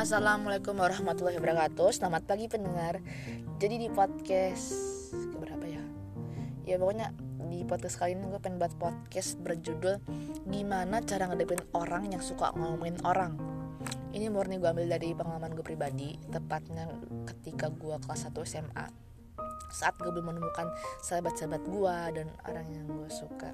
Assalamualaikum warahmatullahi wabarakatuh. Selamat pagi pendengar. Jadi di podcast keberapa ya? Ya pokoknya di podcast kali ini gue pengen buat podcast berjudul Gimana cara ngadepin orang yang suka ngomongin orang. Ini murni gue ambil dari pengalaman gue pribadi, tepatnya ketika gue kelas 1 SMA. Saat gue belum menemukan sahabat-sahabat gue dan orang yang gue suka.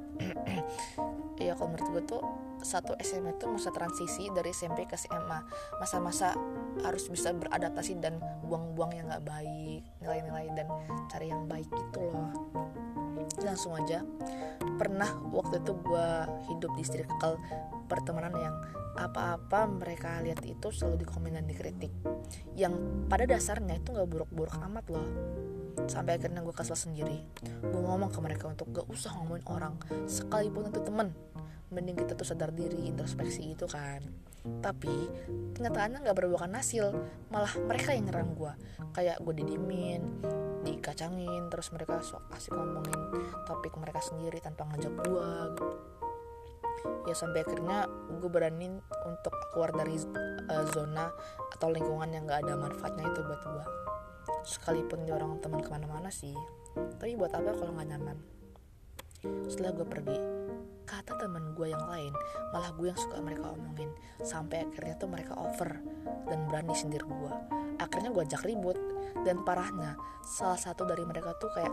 Ya kalau menurut gue tuh satu SMA itu masa transisi dari SMP ke SMA, masa-masa harus bisa beradaptasi dan buang-buang yang gak baik, nilai-nilai dan cari yang baik gitu loh. Langsung aja, pernah waktu itu gue hidup di circle pertemanan yang apa-apa mereka lihat itu selalu dikomen dan dikritik, yang pada dasarnya itu gak buruk-buruk amat loh. Sampai akhirnya gue kesel sendiri. Gue ngomong ke mereka untuk gak usah ngomongin orang, sekalipun itu temen. Mending kita tuh sadar diri, introspeksi gitu kan. Tapi kenyataannya gak berbuahkan hasil. Malah mereka yang nyerang gue. Kayak gue didiemin, dikacangin, terus mereka sok asik ngomongin topik mereka sendiri tanpa ngajak gue gitu. Ya sampai akhirnya gue berani untuk keluar dari zona atau lingkungan yang gak ada manfaatnya itu buat gue. Sekalipun dia orang teman kemana-mana sih, tapi buat apa kalau gak nyaman. Setelah gue pergi, kata teman gue yang lain malah gue yang suka mereka omongin. Sampai akhirnya tuh mereka over dan berani sindir gue. Akhirnya gue ajak ribut. Dan parahnya, salah satu dari mereka tuh kayak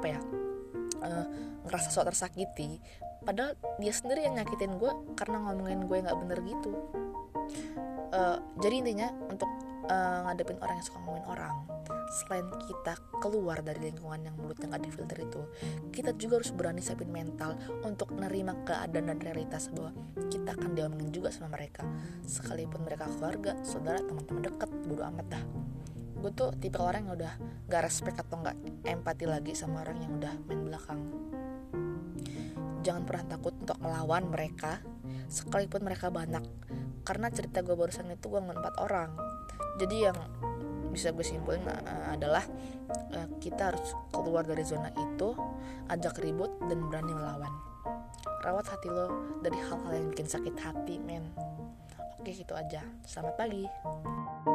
ngerasa sok tersakiti, padahal dia sendiri yang nyakitin gue karena ngomongin gue yang gak bener gitu. Jadi intinya untuk ngadepin orang yang suka ngomongin orang, selain kita keluar dari lingkungan yang mulutnya gak difilter itu, kita juga harus berani siapin mental untuk nerima keadaan dan realitas bahwa kita akan diomongin juga sama mereka, sekalipun mereka keluarga, saudara, teman-teman dekat, bodo amat dah. Gue tuh tipe orang yang udah gak respect atau gak empati lagi sama orang yang udah main belakang. Jangan pernah takut untuk melawan mereka, sekalipun mereka banyak. Karena cerita gue barusan itu gue ngomong 4 orang. Jadi yang bisa gue simpulin adalah kita harus keluar dari zona itu, ajak ribut dan berani melawan. Rawat hati lo dari hal-hal yang bikin sakit hati, men. Oke, gitu aja. Selamat pagi.